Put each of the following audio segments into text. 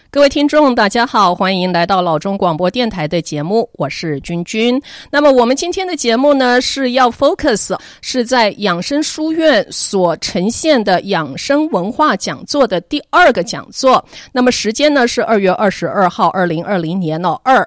各位听众大家好，欢迎来到老中广播电台的节目，我是君君。那么我们今天的节目呢，是要 focus 是在养生书院所呈现的养生文化讲座的第二个讲座。那么时间呢是2月22号2020年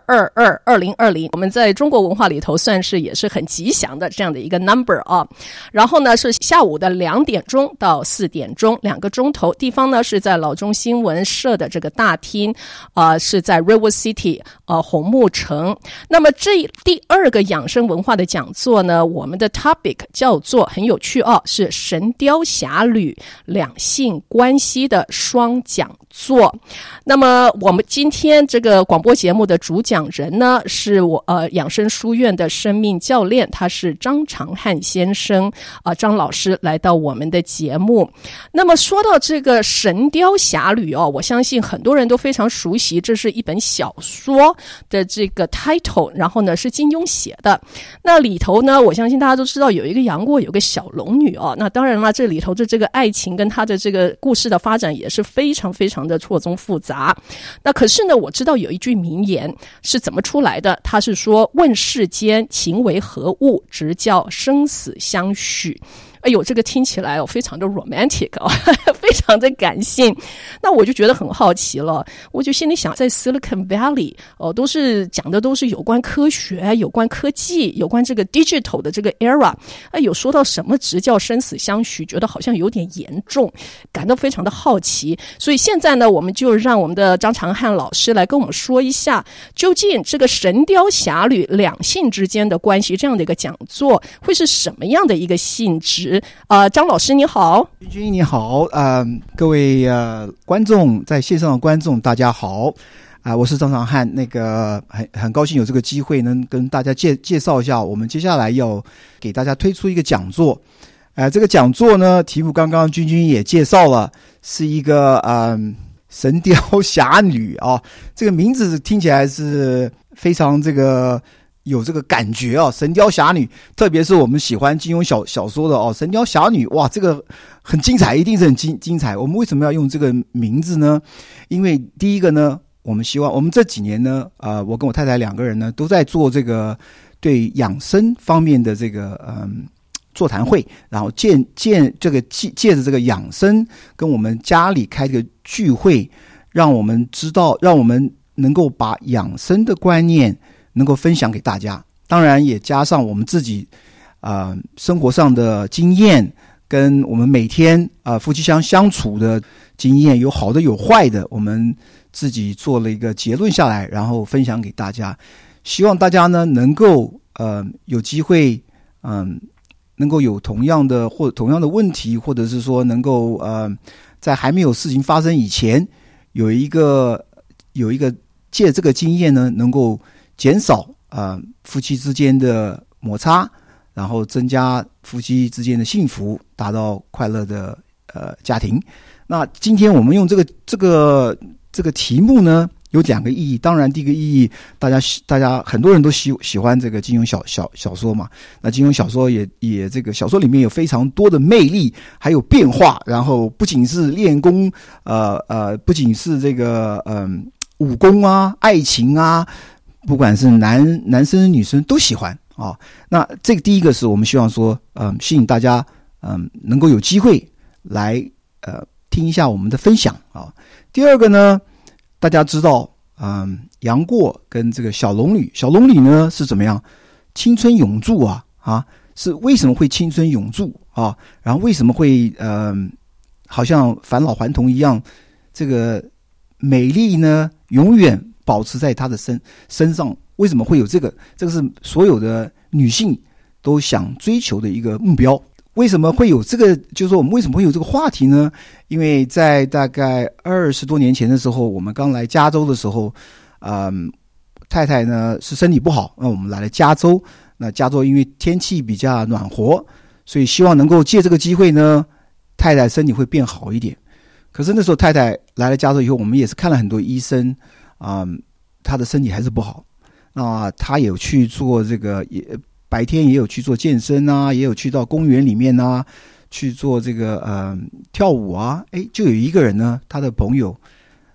2222020，我们在中国文化里头算是也是很吉祥的这样的一个 number 啊。然后呢是下午的2点钟到4点钟，2个钟头，地方呢是在老中新闻社的这个大厅，是在 River City 红木城。那么这第二个养生文化的讲座呢，我们的 topic 叫做很有趣是神雕侠侣两性关系的双讲座。那么我们今天这个广播节目的主讲人呢，是我养生书院的生命教练，他是张长汉先生张老师来到我们的节目。那么说到这个神雕侠侣我相信很多人都非常熟悉，这是一本小说的这个 title， 然后呢是金庸写的。那里头呢，我相信大家都知道有一个杨过，有个小龙女那当然了，这里头的这个爱情跟他的这个故事的发展也是非常非常的错综复杂。那可是呢，我知道有一句名言是怎么出来的，他是说问世间情为何物，直教生死相许。哎呦，这个听起来非常的 romantic 非常的感性。那我就觉得很好奇了，我就心里想，在 Silicon Valley 都是讲的都是有关科学、有关科技、有关这个 digital 的这个 era， 有说到什么直教生死相许，觉得好像有点严重，感到非常的好奇。所以现在呢，我们就让我们的张长汉老师来跟我们说一下，究竟这个神雕侠侣两性之间的关系这样的一个讲座会是什么样的一个性质。张老师你好。 君君你好，各位观众，在线上的观众大家好，我是张长汉，那个很高兴有这个机会能跟大家介绍一下我们接下来要给大家推出一个讲座。这个讲座呢，题目刚刚君君也介绍了，是一个神雕侠侣这个名字听起来是非常这个有这个感觉神雕侠侣，特别是我们喜欢金庸小说的神雕侠侣，哇，这个很精彩，一定是很精彩。我们为什么要用这个名字呢？因为第一个呢，我们希望我们这几年呢，我跟我太太2个人呢都在做这个对养生方面的这个座谈会，然后借着这个养生跟我们家里开这个聚会，让我们知道，让我们能够把养生的观念能够分享给大家，当然也加上我们自己生活上的经验，跟我们每天夫妻相处的经验，有好的有坏的，我们自己做了一个结论下来，然后分享给大家。希望大家呢能够有机会能够有同样的问题，或者是说能够在还没有事情发生以前，有一个借这个经验呢，能够减少夫妻之间的摩擦，然后增加夫妻之间的幸福，达到快乐的家庭。那今天我们用这个题目呢，有2个意义。当然第一个意义，大家很多人都喜欢这个金庸小说嘛。那金庸小说也这个小说里面有非常多的魅力，还有变化，然后不仅是练功不仅是这个武功爱情不管是男生女生都喜欢那这个第一个是我们希望说吸引大家能够有机会来听一下我们的分享第二个呢，大家知道杨过跟这个小龙女呢是怎么样青春永驻是为什么会青春永驻然后为什么会好像返老还童一样，这个美丽呢永远保持在她的身上，为什么会有这个是所有的女性都想追求的一个目标。为什么会有这个，就是说我们为什么会有这个话题呢？因为在大概20多年前的时候，我们刚来加州的时候太太呢是身体不好，那我们来了加州。那加州因为天气比较暖和，所以希望能够借这个机会呢，太太身体会变好一点。可是那时候太太来了加州以后，我们也是看了很多医生她的身体还是不好。那她有去做这个，白天也有去做健身也有去到公园里面去做这个跳舞就有一个人呢，他的朋友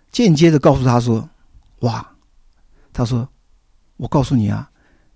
间接的告诉他说，哇，他说我告诉你啊，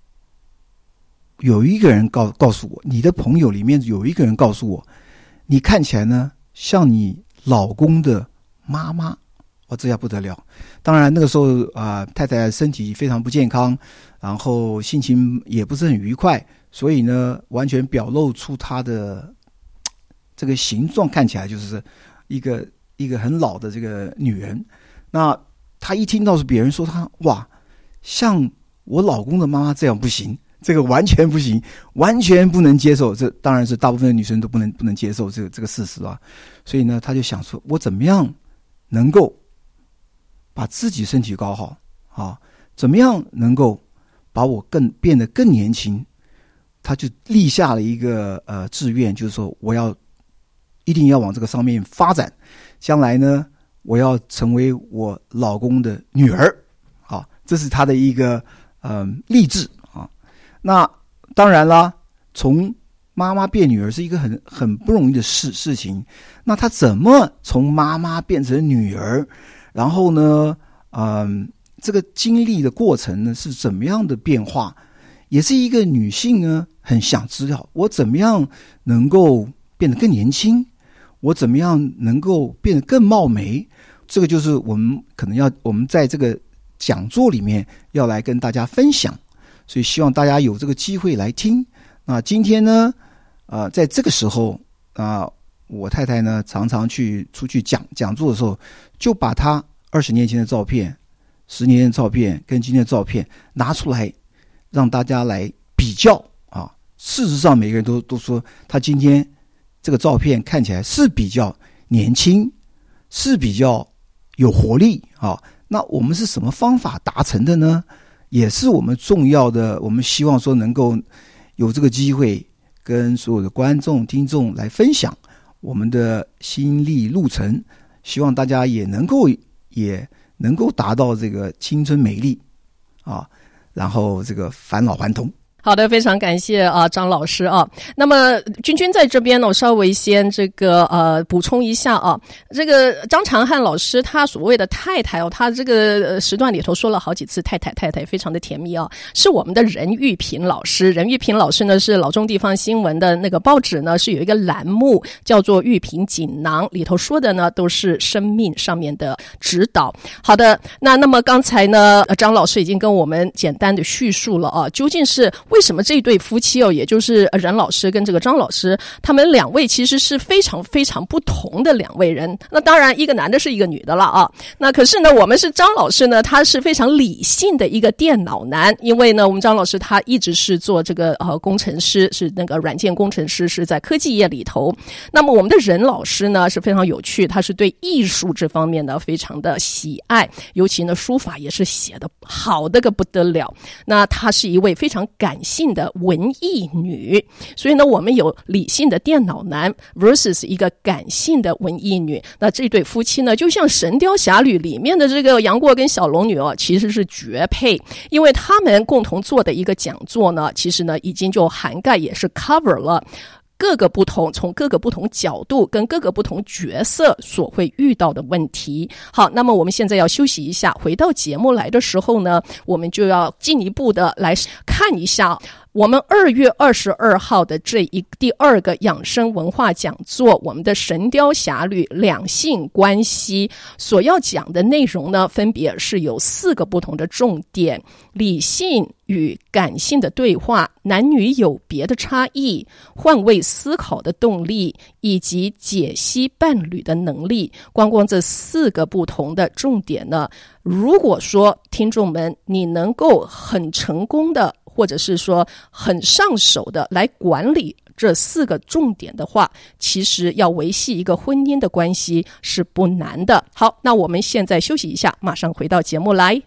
有一个人告诉我，你的朋友里面有一个人告诉我，你看起来呢像你老公的妈妈。这下不得了。当然那个时候太太身体非常不健康，然后心情也不是很愉快，所以呢完全表露出她的这个形状，看起来就是一个很老的这个女人。那她一听到是别人说她，哇，像我老公的妈妈这样不行，这个完全不行，完全不能接受。这当然是大部分的女生都不能接受这个事实啊。所以呢她就想说，我怎么样能够把自己身体搞好啊？怎么样能够把我变得更年轻？他就立下了一个志愿，就是说我一定要往这个上面发展。将来呢，我要成为我老公的女儿啊，这是他的一个励志啊。那当然啦，从妈妈变女儿是一个很不容易的事情。那他怎么从妈妈变成女儿？然后呢，这个经历的过程呢是怎么样的变化，也是一个女性呢很想知道，我怎么样能够变得更年轻，我怎么样能够变得更貌美。这个就是我们在这个讲座里面要来跟大家分享，所以希望大家有这个机会来听。那今天呢在这个时候我太太呢常常出去讲座的时候，就把她20年前的照片、10年的照片跟今天的照片拿出来，让大家来比较啊。事实上，每个人都说她今天这个照片看起来是比较年轻，是比较有活力啊。那我们是什么方法达成的呢？也是我们重要的，我们希望说能够有这个机会跟所有的观众、听众来分享我们的心历路程，希望大家也能够达到这个青春美丽啊，然后这个返老还童。 好的，非常感谢张老师啊。那么君在这边呢，我稍微先补充一下啊。这个张长汉老师他所谓的太太他这个时段里头说了好几次太太，非常的甜蜜啊。是我们的任玉萍老师，任玉萍老师呢是老中地方新闻的那个报纸呢是有一个栏目叫做玉萍锦囊，里头说的呢都是生命上面的指导。好的，那么刚才呢张老师已经跟我们简单的叙述了啊，究竟是为什么这对夫妻也就是任老师跟这个张老师，他们两位其实是非常非常不同的两位人。那当然一个男的是一个女的了啊。那可是呢我们是张老师呢，他是非常理性的一个电脑男，因为呢我们张老师他一直是做这个工程师，是那个软件工程师，是在科技业里头。那么我们的任老师呢是非常有趣，他是对艺术这方面呢非常的喜爱，尤其呢书法也是写得好的个不得了。那他是一位非常感性的文艺女，所以呢我们有理性的电脑男 versus 一个感性的文艺女。那这对夫妻呢就像神雕侠侣里面的这个杨过跟小龙女其实是绝配。因为他们共同做的一个讲座呢，其实呢已经就涵盖也是 cover 了从各个不同角度跟各个不同角色所会遇到的问题。好，那么我们现在要休息一下，回到节目来的时候呢，我们就要进一步的来看一下我们2月22号的第2个养生文化讲座，我们的神雕侠侣两性关系所要讲的内容呢，分别是有4个不同的重点：理性与感性的对话，男女有别的差异，换位思考的动力，以及解析伴侣的能力。光这4个不同的重点呢，如果说听众们你能够很成功的或者是说很上手的来管理这4个重点的话，其实要维系一个婚姻的关系是不难的。好，那我们现在休息一下，马上回到节目来。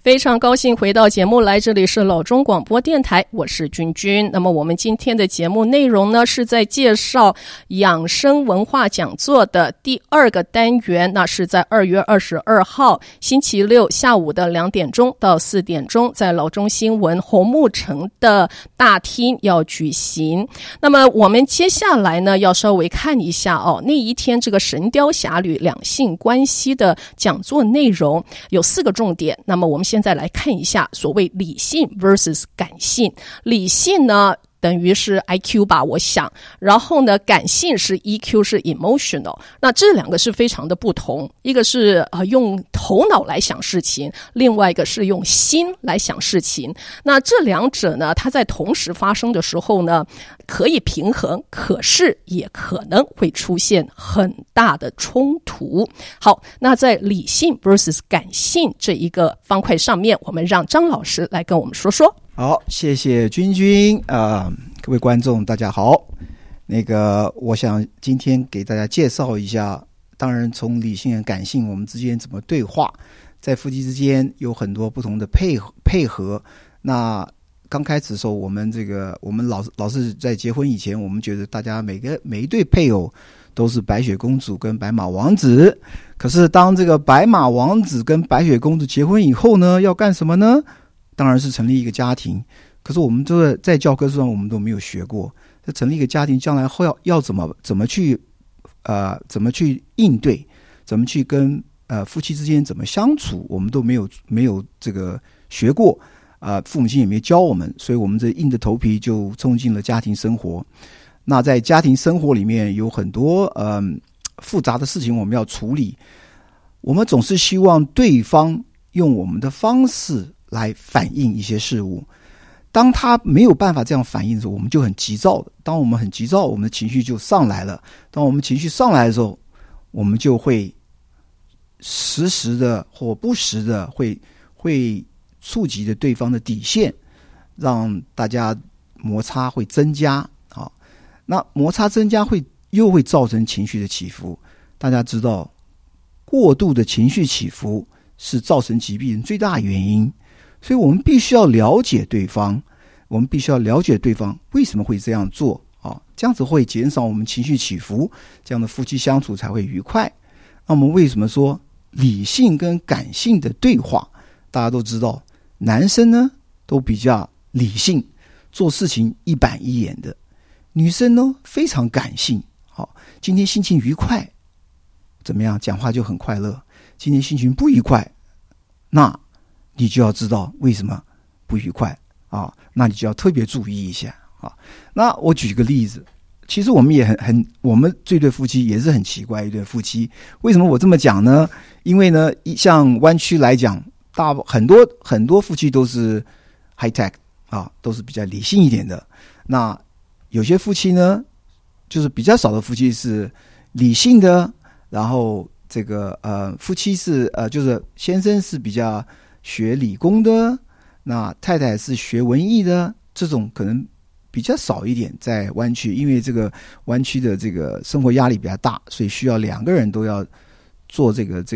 非常高兴回到节目来，这里是老中广播电台，我是君君。那么我们今天的节目内容呢，是在介绍养生文化讲座的第2个单元，那是在2月22号星期六下午的2点钟到4点钟，在老中新闻红木城的大厅要举行。那么我们接下来呢，要稍微看一下那一天这个神雕侠侣两性关系的讲座内容有4个重点。那么我们现在来看一下所谓理性 versus 感性。理性呢等于是 IQ 吧，我想。然后呢，感性是 EQ， 是 emotional。那这2个是非常的不同，一个是用头脑来想事情，另外一个是用心来想事情。那这2者呢，它在同时发生的时候呢，可以平衡，可是也可能会出现很大的冲突。好，那在理性 versus 感性这一个方块上面，我们让张老师来跟我们说说。 好，谢谢君君各位观众大家好。我想今天给大家介绍一下，当然从理性和感性我们之间怎么对话，在夫妻之间有很多不同的配合。那刚开始的时候，我们老是在结婚以前，我们觉得大家每一对配偶都是白雪公主跟白马王子。可是当这个白马王子跟白雪公主结婚以后呢，要干什么呢？当然是成立一个家庭。可是我们这在教科书上我们都没有学过，这成立一个家庭将来后要怎么去应对，怎么去跟夫妻之间怎么相处，我们都没有这个学过，父母亲也没教我们，所以我们这硬着头皮就冲进了家庭生活。那在家庭生活里面有很多复杂的事情我们要处理，我们总是希望对方用我们的方式来反映一些事物。当他没有办法这样反应的时候，我们就很急躁的。当我们很急躁，我们的情绪就上来了。当我们情绪上来的时候，我们就会时的或不时的会触及着对方的底线，让大家摩擦会增加。那摩擦增加又会造成情绪的起伏。大家知道，过度的情绪起伏是造成疾病最大的原因。所以我们必须要了解对方，为什么会这样做这样子会减少我们情绪起伏，这样的夫妻相处才会愉快。那我们为什么说理性跟感性的对话？大家都知道，男生呢都比较理性，做事情一板一眼的，女生呢非常感性。今天心情愉快怎么样，讲话就很快乐。今天心情不愉快，那你就要知道为什么不愉快那你就要特别注意一下那我举个例子，其实我们也我们这对夫妻也是很奇怪一对夫妻。为什么我这么讲呢？因为呢，像湾区来讲，很多夫妻都是 high tech 都是比较理性一点的。那有些夫妻呢，就是比较少的夫妻是理性的，然后这个夫妻是就是先生是比较学理工的，那太太是学文艺的，这种可能比较少一点在湾区，因为这个湾区的这个生活压力比较大，所以需要2个人都要做这个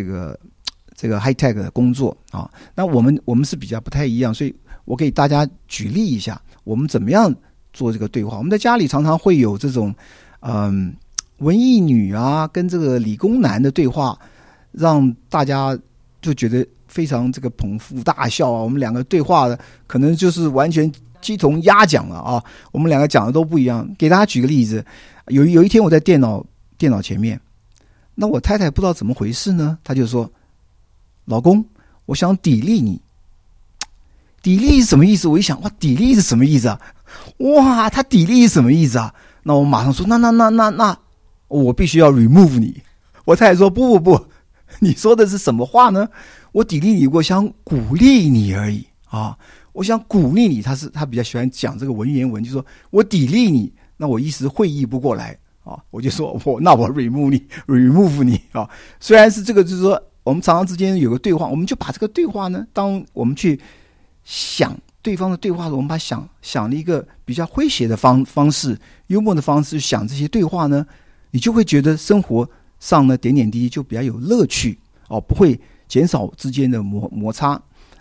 high tech 的工作那我们是比较不太一样，所以我给大家举例一下，我们怎么样做这个对话。我们在家里常常会有这种文艺女跟这个理工男的对话，让大家就觉得非常这个捧腹大笑我们2个对话的可能就是完全鸡同鸭讲了我们2个讲的都不一样。给大家举个例子，有一天我在电脑前面，那我太太不知道怎么回事呢，她就说：“老公，我想砥砺你。”砥砺是什么意思？我一想，哇，砥砺是什么意思哇，他砥砺是什么意思那我马上说，那我必须要 remove 你。我太太说不，你说的是什么话呢？我砥砺你，我想鼓励你而已我想鼓励你。他比较喜欢讲这个文言文，就说我砥砺你，那我一时会意不过来我就说那我 remove 你虽然是这个，就是说我们常常之间有个对话，我们就把这个对话呢，当我们去想对方的对话的时候，我们把想了一个比较诙谐的方式，幽默的方式想这些对话呢，你就会觉得生活上呢点点滴滴就比较有乐趣不会减少之间的摩擦。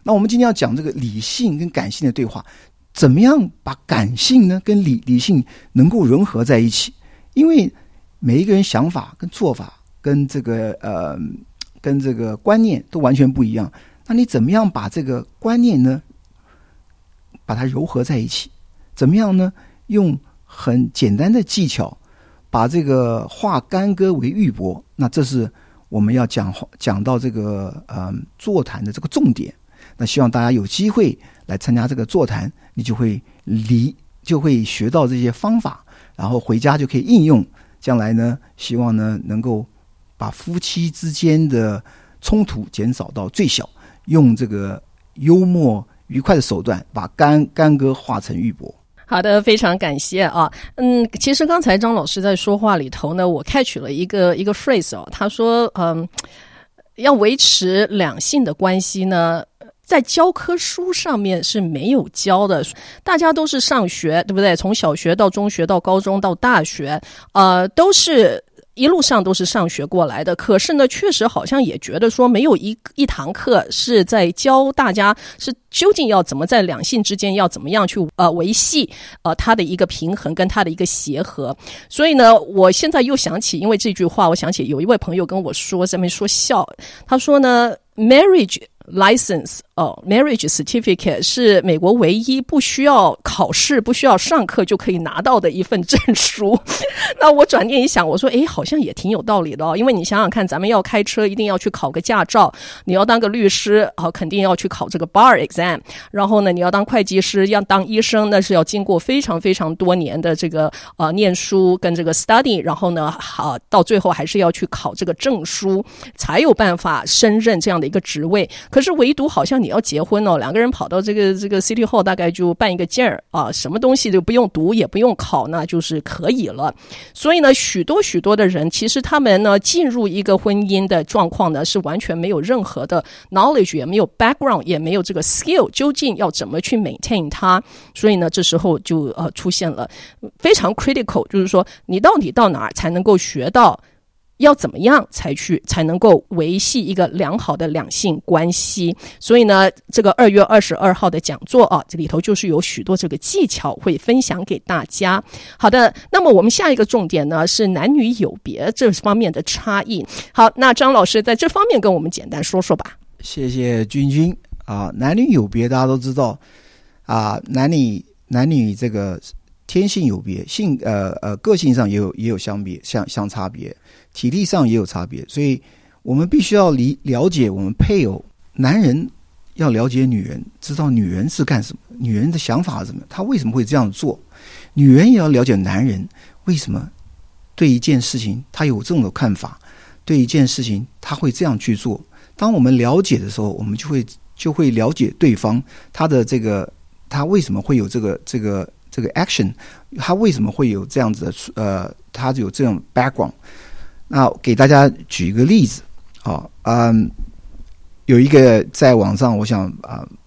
那我们今天要讲这个理性跟感性的对话，怎么样把感性呢跟理性能够融合在一起？因为每一个人想法跟做法跟这个观念都完全不一样，那你怎么样把这个观念呢把它糅合在一起？怎么样呢用很简单的技巧把这个化干戈为玉帛？那这是我们要讲到这个座谈的这个重点。那希望大家有机会来参加这个座谈，你就会学到这些方法，然后回家就可以应用。将来呢，希望呢能够把夫妻之间的冲突减少到最小，用这个幽默愉快的手段把干戈化成玉帛。 好的，非常感谢啊。其实刚才张老师在说话里头呢，我catch了一个 phrase 哦，他说要维持两性的关系呢，在教科书上面是没有教的，大家都是上学，对不对？从小学到中学到高中到大学，都是一路上都是上学过来的。可是呢，确实好像也觉得说没有一堂课是在教大家是究竟要怎么在两性之间要怎么样去维系它的一个平衡跟它的一个协和。所以呢，我现在又想起，因为这句话，我想起有一位朋友跟我说，在那边说笑，他说呢 ，marriage license marriage certificate 是美国唯一不需要考试不需要上课就可以拿到的一份证书。那我转念一想，我说好像也挺有道理的因为你想想看，咱们要开车一定要去考个驾照，你要当个律师肯定要去考这个 bar exam， 然后呢你要当会计师要当医生，那是要经过非常非常多年的这个念书跟这个 study， 然后呢到最后还是要去考这个证书才有办法升任这样的一个职位。可是唯独好像你要结婚两个人跑到这个 City Hall 大概就办一个件什么东西就不用读也不用考，那就是可以了。所以呢，许多的人其实他们呢进入一个婚姻的状况呢是完全没有任何的 knowledge， 也没有 background， 也没有这个 skill， 究竟要怎么去 maintain 它。所以呢，这时候就出现了非常 critical， 就是说你到底到哪儿才能够学到要怎么样才能够维系一个良好的两性关系。所以呢，这个2月22号的讲座这里头就是有许多这个技巧会分享给大家。好的，那么我们下一个重点呢是男女有别这方面的差异。好，那张老师在这方面跟我们简单说说吧。 谢谢君男女有别大家都知道男女这个天性有别，个性上也有相差别，体力上也有差别，所以我们必须要了解我们配偶。男人要了解女人，知道女人是干什么，女人的想法是什么，她为什么会这样做。女人也要了解男人为什么对一件事情他有这种的看法，对一件事情他会这样去做。当我们了解的时候，我们就会了解对方他的这个他为什么会有这个 action， 他为什么会有这样子的他有这种 background。那给大家举一个例子有一个在网上，我想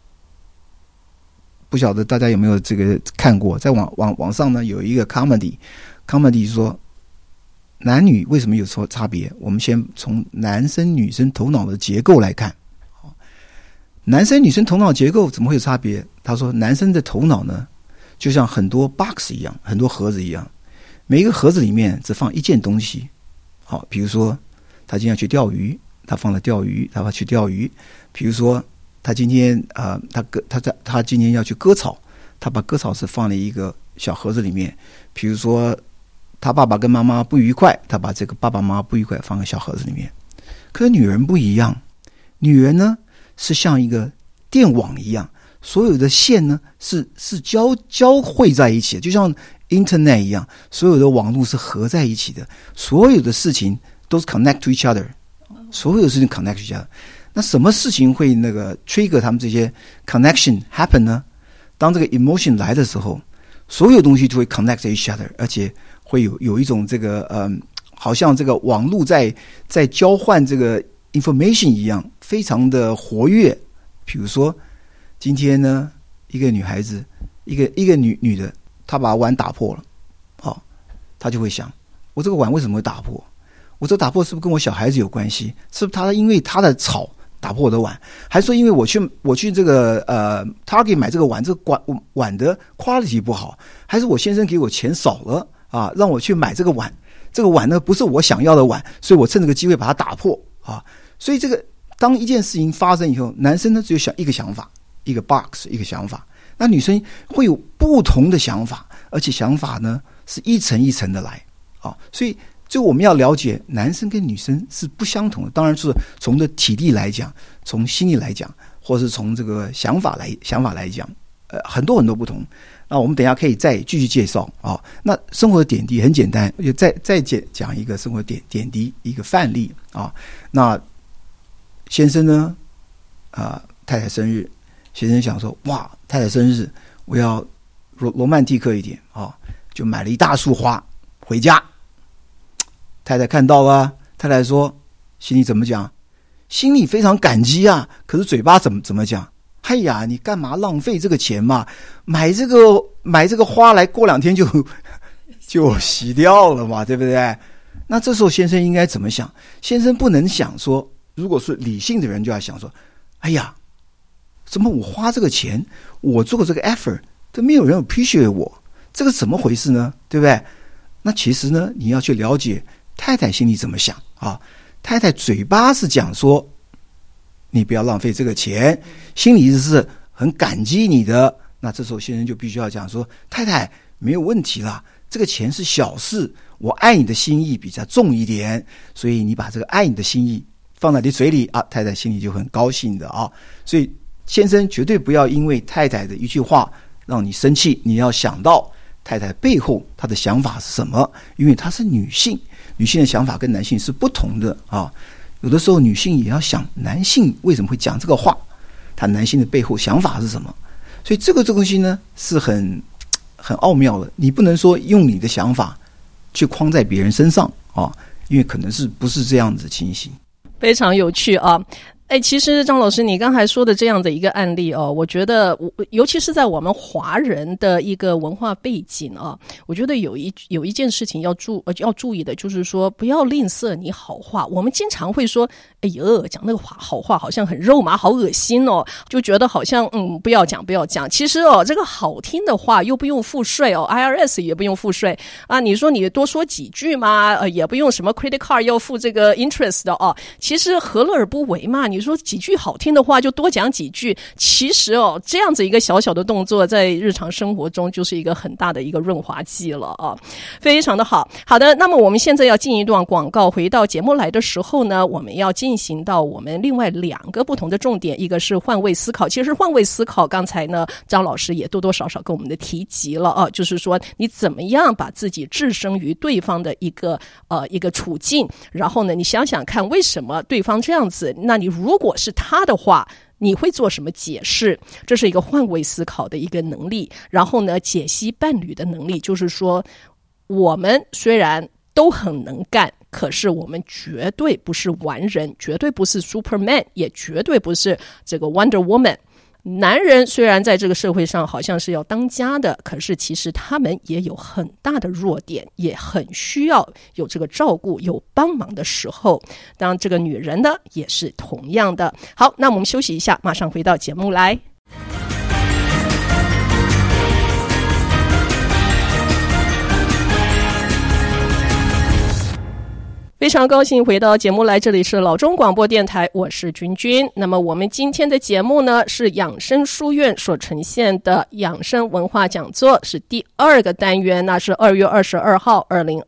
不晓得大家有没有这个看过，在网上呢有一个 comedy 说男女为什么有差别。我们先从男生女生头脑的结构来看，男生女生头脑结构怎么会有差别？他说男生的头脑呢就像很多 box 一样，很多盒子一样，每一个盒子里面只放一件东西。比如说他今天要去钓鱼，他放了钓鱼，他要去钓鱼。比如说他今天他今天要去割草，他把割草是放了一个小盒子里面。比如说他爸爸跟妈妈不愉快，他把这个爸爸妈妈不愉快放在小盒子里面。可是女人不一样，女人呢是像一个电网一样，所有的线呢是交汇在一起的，就像 Internet 一样，所有的网络是合在一起的，所有的事情都是 connect to each other， 所有的事情 connect to each other。那什么事情会那个 trigger 他们这些 connection happen 呢？当这个 emotion 来的时候，所有东西就会 connect to each other， 而且会有一种这个好像这个网络在交换这个 information 一样，非常的活跃。比如说今天呢，一个女孩子，一个女的，她把碗打破了，她就会想，我这个碗为什么会打破？我这打破是不是跟我小孩子有关系？是不是她因为她的吵打破我的碗，还说因为我去这个Target 买这个碗，这个碗的 quality 不好，还是我先生给我钱少了啊，让我去买这个碗，这个碗呢不是我想要的碗，所以我趁这个机会把它打破啊。所以这个当一件事情发生以后，男生呢只有一个想法，一个 box 一个想法，那女生会有不同的想法，而且想法呢是一层一层的来啊，所以就我们要了解男生跟女生是不相同的，当然是从这体力来讲，从心理来讲，或是从这个想法来讲，很多很多不同。那我们等一下可以再继续介绍啊。那生活的点滴很简单，就再讲一个生活点滴一个范例啊。那先生呢，太太生日，先生想说，哇，太太生日，我要罗曼蒂克一点啊，就买了一大束花回家。太太看到了，太太说，心里怎么讲？心里非常感激啊，可是嘴巴怎么讲？哎呀，你干嘛浪费这个钱嘛？买这个花来，过2天就洗掉了嘛，对不对？那这时候先生应该怎么想？先生不能想说，如果是理性的人就要想说，哎呀，怎么我花这个钱，我做这个 effort 都没有人 appreciate 我，这个怎么回事呢？对不对？那其实呢，你要去了解太太心里怎么想啊？太太嘴巴是讲说，你不要浪费这个钱，心里是很感激你的。那这时候先生就必须要讲说，太太没有问题啦，这个钱是小事，我爱你的心意比较重一点，所以你把这个爱你的心意放在你嘴里啊，太太心里就很高兴的啊。所以先生绝对不要因为太太的一句话让你生气，你要想到太太背后她的想法是什么，因为她是女性，女性的想法跟男性是不同的啊。有的时候女性也要想男性为什么会讲这个话，他男性的背后想法是什么。所以这个东西呢是很奥妙的，你不能说用你的想法去框在别人身上啊，因为可能是不是这样子情形。 非常有趣啊。其实张老师你刚才说的这样的一个案例哦，我觉得尤其是在我们华人的一个文化背景啊，我觉得有一件事情要注意的，就是说不要吝啬你好话。我们经常会说，哎呦，讲那个好话好像很肉麻，好恶心哦，就觉得好像不要讲。其实哦，这个好听的话又不用付税哦 ，IRS 也不用付税啊。你说你多说几句嘛，也不用什么 credit card 要付这个 interest 的哦。其实何乐而不为嘛？你说几句好听的话就多讲几句，其实哦，这样子一个小小的动作在日常生活中就是一个很大的一个润滑剂了啊，非常的好。好的，那么我们现在要进一段广告，回到节目来的时候呢，我们要进行到我们另外2个不同的重点，一个是换位思考。其实换位思考刚才呢张老师也多多少少跟我们的提及了啊，就是说你怎么样把自己置身于对方的一个处境，然后呢你想想看为什么对方这样子，那你如果是他的话你会做什么解释，这是一个换位思考的一个能力。然后呢解析伴侣的能力，就是说我们虽然都很能干，可是我们绝对不是完人，绝对不是 Superman， 也绝对不是这个 Wonder Woman。男人虽然在这个社会上好像是要当家的，可是其实他们也有很大的弱点，也很需要有这个照顾有帮忙的时候。当然这个女人呢也是同样的。好，那我们休息一下，马上回到节目来。非常高兴回到节目来，这里是老中广播电台，我是君君。那么我们今天的节目呢是养生书院所呈现的养生文化讲座，是第2个单元，那是2月22号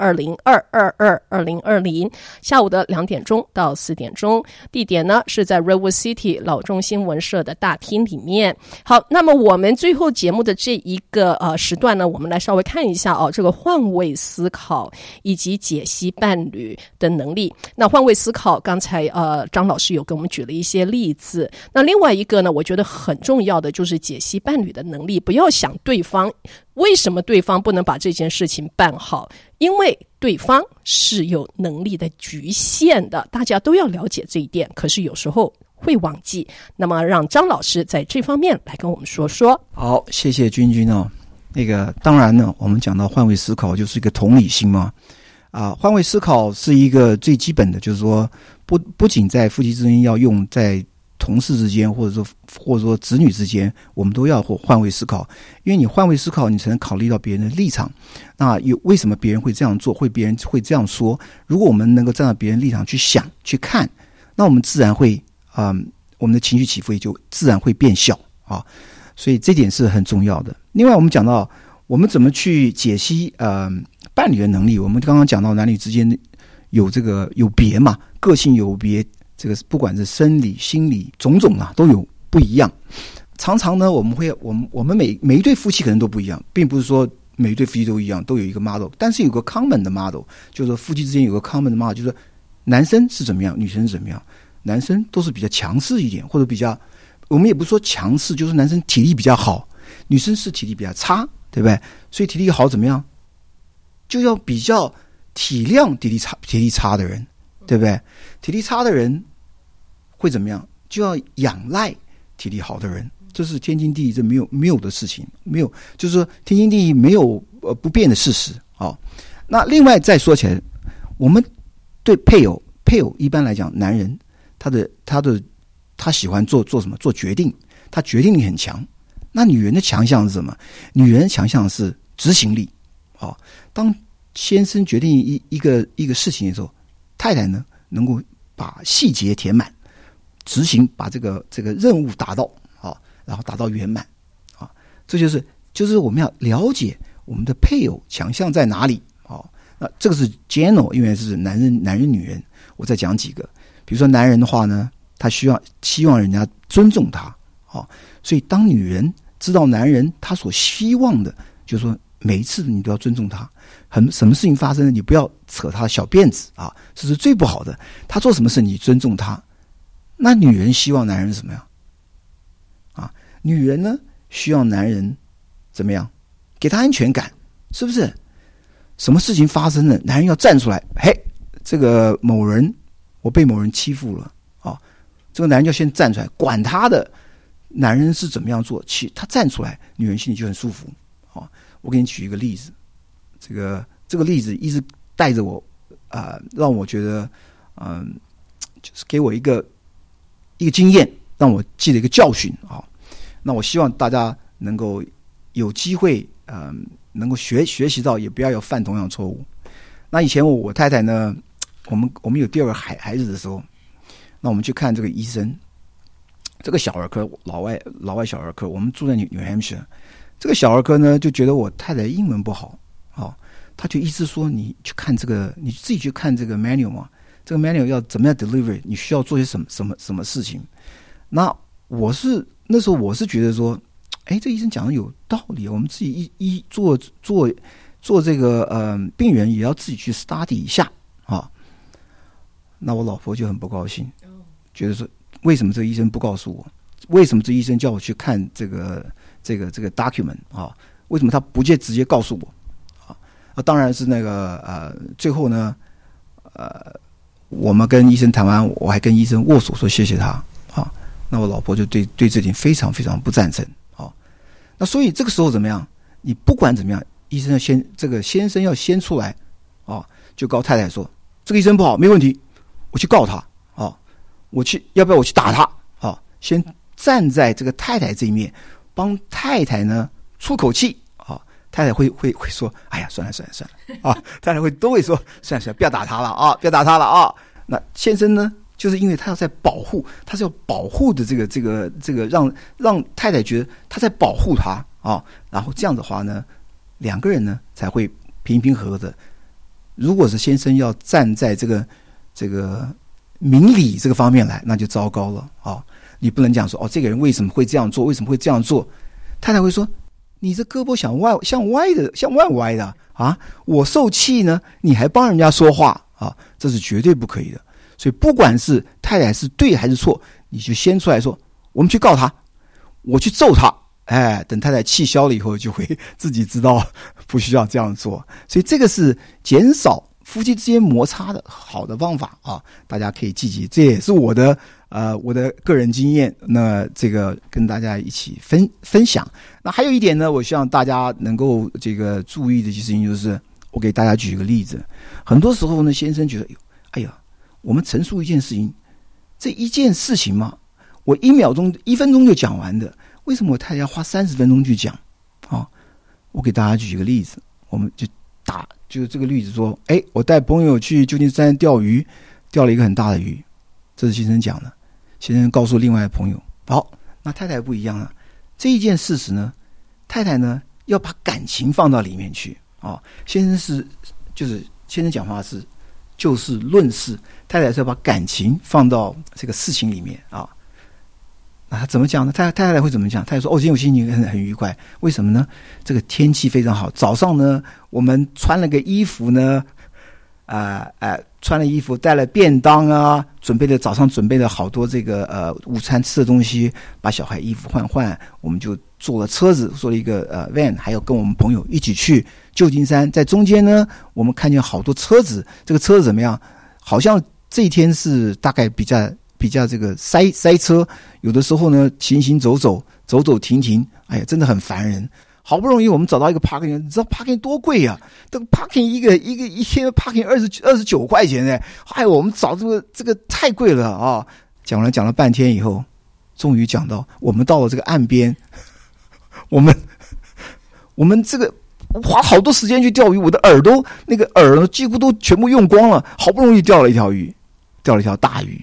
2020下午的2点钟到4点钟，地点呢是在 Redwood City 老中新闻社的大厅里面。好，那么我们最后节目的这一个时段呢，我们来稍微看一下这个换位思考以及解析伴侣的能力。那换位思考刚才张老师有跟我们举了一些例子，那另外一个呢我觉得很重要的就是解析伴侣的能力。不要想对方为什么对方不能把这件事情办好，因为对方是有能力的局限的，大家都要了解这一点，可是有时候会忘记。那么让张老师在这方面来跟我们说说。好， 谢谢君君哦。那个当然呢，我们讲到换位思考就是一个同理心嘛。换位思考是一个最基本的，就是说不仅在夫妻之间要用，在同事之间，或者说子女之间，我们都要换位思考，因为你换位思考，你才能考虑到别人的立场。那为什么别人会这样做，别人会这样说？如果我们能够站到别人立场去想、去看，那我们自然会我们的情绪起伏也就自然会变小啊。所以这点是很重要的。另外，我们讲到我们怎么去解析伴侣的能力，我们刚刚讲到男女之间有别嘛，个性有别，这个不管是生理、心理种种啊，都有不一样。常常呢，我们每一对夫妻可能都不一样，并不是说每一对夫妻都一样，都有一个 model， 但是有个 common 的 model， 就是说夫妻之间有个 common 的 model， 就是男生是怎么样，女生是怎么样。男生都是比较强势一点，或者比较，我们也不是说强势，就是男生体力比较好，女生是体力比较差，对不对？所以体力好怎么样，就要比较体谅体力差的人，对不对？体力差的人会怎么样？就要仰赖体力好的人，这是天经地义，这没有的事情，没有，就是说天经地义，没有不变的事实啊。那另外再说起来，我们对配偶一般来讲，男人他喜欢做什么？做决定，他决定力很强。那女人的强项是什么？女人的强项是执行力。当先生决定一个事情的时候，太太呢能够把细节填满，执行，把这个任务达到然后达到圆满这就是我们要了解我们的配偶强项在哪里那这个是 general， 因为是男人女人。我再讲几个，比如说男人的话呢，他希望人家尊重他所以当女人知道男人他所希望的，就是说每一次你都要尊重他，什么事情发生了，你不要扯他的小辫子这是最不好的。他做什么事你尊重他。那女人希望男人怎么样女人呢需要男人怎么样？给他安全感，是不是？什么事情发生了，男人要站出来，嘿，这个我被某人欺负了这个男人要先站出来，管他的男人是怎么样做，他站出来，女人心里就很舒服我给你举一个例子，这个例子一直带着我让我觉得就是给我一个经验，让我记得一个教训那我希望大家能够有机会能够学习到，也不要有犯同样错误。那以前我太太呢，我们有第二个孩子的时候，那我们去看这个医生，这个小儿科，老外小儿科，我们住在 New Hampshire。这个小儿科呢，就觉得我太太英文不好他就一直说你去看你自己去看这个 manual 嘛，这个 manual 要怎么样 deliver， 你需要做些什么事情。那时候我是觉得说，这医生讲的有道理，我们自己做这个病人也要自己去 study 一下那我老婆就很不高兴，觉得说为什么这个医生不告诉我？为什么这医生叫我去看这个 document 为什么他不直接告诉我当然是最后呢我们跟医生谈完，我还跟医生握手说谢谢他那我老婆就对这点非常非常不赞成那所以这个时候怎么样？你不管怎么样，医生先生要先出来就告太太说这个医生不好，没问题，我去告他要不要我去打他先站在这个太太这一面，帮太太呢出口气太太会说哎呀算了太太都会说算了不要打他了不要打他了那先生呢，就是因为他要在保护，他是要保护的这个让太太觉得他在保护他然后这样的话呢，两个人呢才会平平和和的。如果是先生要站在这个明理这个方面来，那就糟糕了你不能讲说这个人为什么会这样做，为什么会这样做？太太会说你这胳膊像歪的我受气呢，你还帮人家说话这是绝对不可以的。所以不管是太太是对还是错，你就先出来说我们去告他，我去揍他等太太气消了以后，就会自己知道不需要这样做。所以这个是减少夫妻之间摩擦的好的方法大家可以记记，这也是我的个人经验，那这个跟大家一起分享。那还有一点呢，我希望大家能够注意的事情，就是我给大家举一个例子。很多时候呢，先生觉得哎呀，我们陈述一件事情，这一件事情嘛， 我1分钟就讲完的，为什么我太太要花30分钟去讲？我给大家举一个例子，我们就这个例子说，我带朋友去旧金山钓鱼，钓了一个很大的鱼，这是先生讲的。先生告诉另外的朋友，好，那太太不一样了。这一件事实呢，太太呢要把感情放到里面去先生先生讲话是就事论事，太太是要把感情放到这个事情里面那他怎么讲呢？太太会怎么讲？太太说：“今天我心情很愉快，为什么呢？这个天气非常好。早上呢，我们穿了个衣服呢，穿了衣服，带了便当早上准备了好多这个午餐吃的东西，把小孩衣服换，我们就坐了车子，坐了一个van， 还有跟我们朋友一起去旧金山。在中间呢，我们看见好多车子，这个车子怎么样？好像这一天是大概比较这个塞车，有的时候呢行走停，哎呀，真的很烦人。好不容易我们找到一个 parking， 你知道 parking 多贵啊？这个 parking 一天 parking 29块钱我们找这个太贵了讲了半天以后，终于讲到我们到了这个岸边，我们这个花好多时间去钓鱼，我的耳几乎都全部用光了，好不容易钓了一条大鱼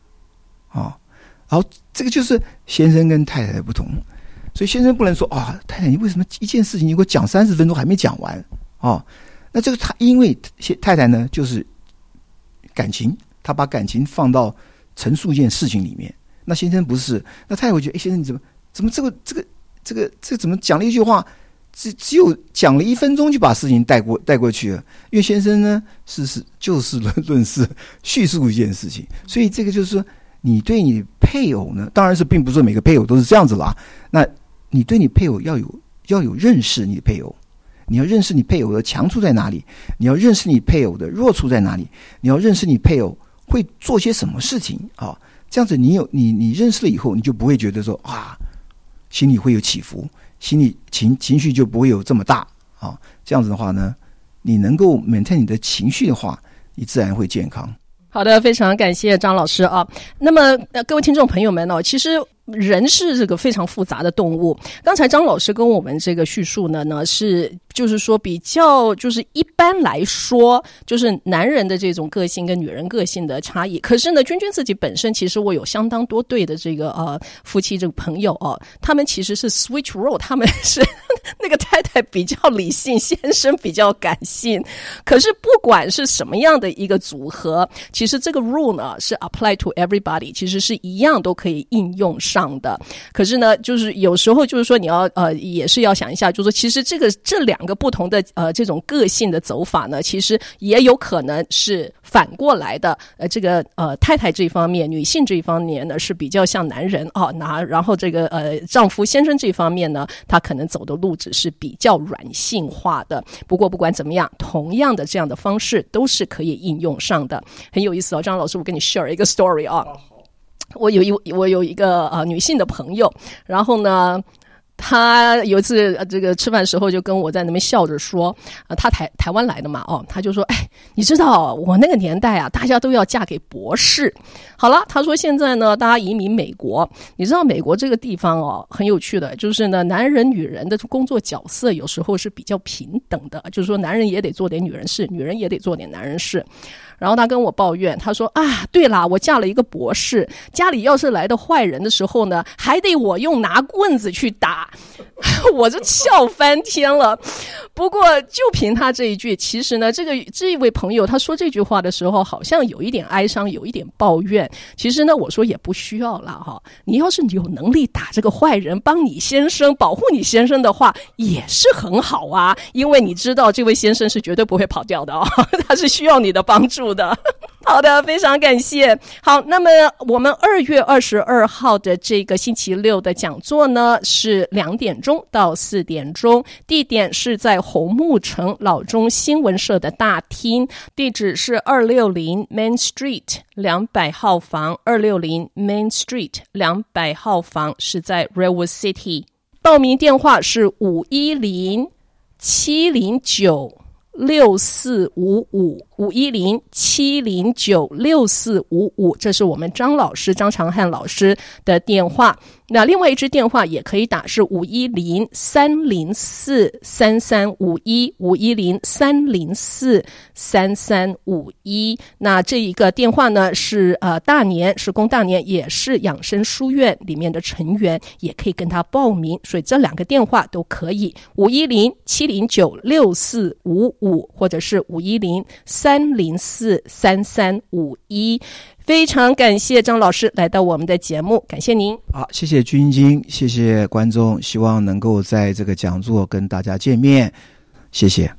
然后这个就是先生跟太太的不同。所以先生不能说太太你为什么一件事情你给我讲30分钟还没讲完那这个因为太太呢就是感情，她把感情放到陈述一件事情里面，那先生不是，那太太会觉得先生你怎么这个怎么讲了一句话只有讲了1分钟就把事情带过去了，因为先生呢是就事论事叙述一件事情，所以这个就是说你对你配偶呢，当然是并不是说每个配偶都是这样子啦，那你对你配偶要有认识你的配偶，你要认识你配偶的强处在哪里，你要认识你配偶的弱处在哪里，你要认识你配偶会做些什么事情这样子你认识了以后，你就不会觉得说心里会有起伏，心里情绪就不会有这么大这样子的话呢，你能够 maintain 你的情绪的话，你自然会健康。 好的，非常感谢张老师那么各位听众朋友们其实人是这个非常复杂的动物。刚才张老师跟我们这个叙述呢是就是说比较就是一般来说就是男人的这种个性跟女人个性的差异。可是呢，君君自己本身其实我有相当多对的这个夫妻这个朋友他们其实是 switch role， 他们是那个太太比较理性，先生比较感性。可是不管是什么样的一个组合，其实这个 rule 呢是 apply to everybody， 其实是一样都可以应用上的。可是呢，就是有时候就是说你要也是要想一下，就是说其实这两个不同的这种个性的走法呢，其实也有可能是反过来的。这个太太这一方面，女性这一方面呢是比较像男人然后这个丈夫先生这一方面呢，他可能走的路只是比较软性化的。不过不管怎么样，同样的这样的方式都是可以应用上的。很有意思张老师，我跟你 share 一个 story 我有一个女性的朋友，然后呢他有一次这个吃饭的时候就跟我在那边笑着说他台湾来的嘛他就说你知道我那个年代大家都要嫁给博士。好了，他说现在呢大家移民美国，你知道美国这个地方很有趣的，就是呢男人女人的工作角色有时候是比较平等的，就是说男人也得做点女人事，女人也得做点男人事。然后他跟我抱怨，他说对啦，我嫁了一个博士，家里要是来的坏人的时候呢，还得我用拿棍子去打。我就笑翻天了。不过就凭他这一句，其实呢这一位朋友他说这句话的时候好像有一点哀伤，有一点抱怨。其实呢我说也不需要啦你要是有能力打这个坏人，帮你先生保护你先生的话也是很好因为你知道这位先生是绝对不会跑掉的他是需要你的帮助的。好的，非常感谢。好，那么我们2月22号的这个星期六的讲座呢是2点钟到4点钟，地点是在红木城老中新闻社的大厅，地址是260 Main Street 200号房，260 Main Street 200号房是在 Redwood City。报名电话是510-709-6666 510-709-6455，这是我们张长汉老师的电话。那另外一支电话也可以打，是510-304-3351，510-304-3351。那这一个电话呢是供大年，也是养生书院里面的成员，也可以跟他报名，所以这两个电话都可以，510-709-6455或者是510-304-3351。非常感谢张老师来到我们的节目，感谢您。 好，谢谢君晶，谢谢观众，希望能够在这个讲座跟大家见面，谢谢。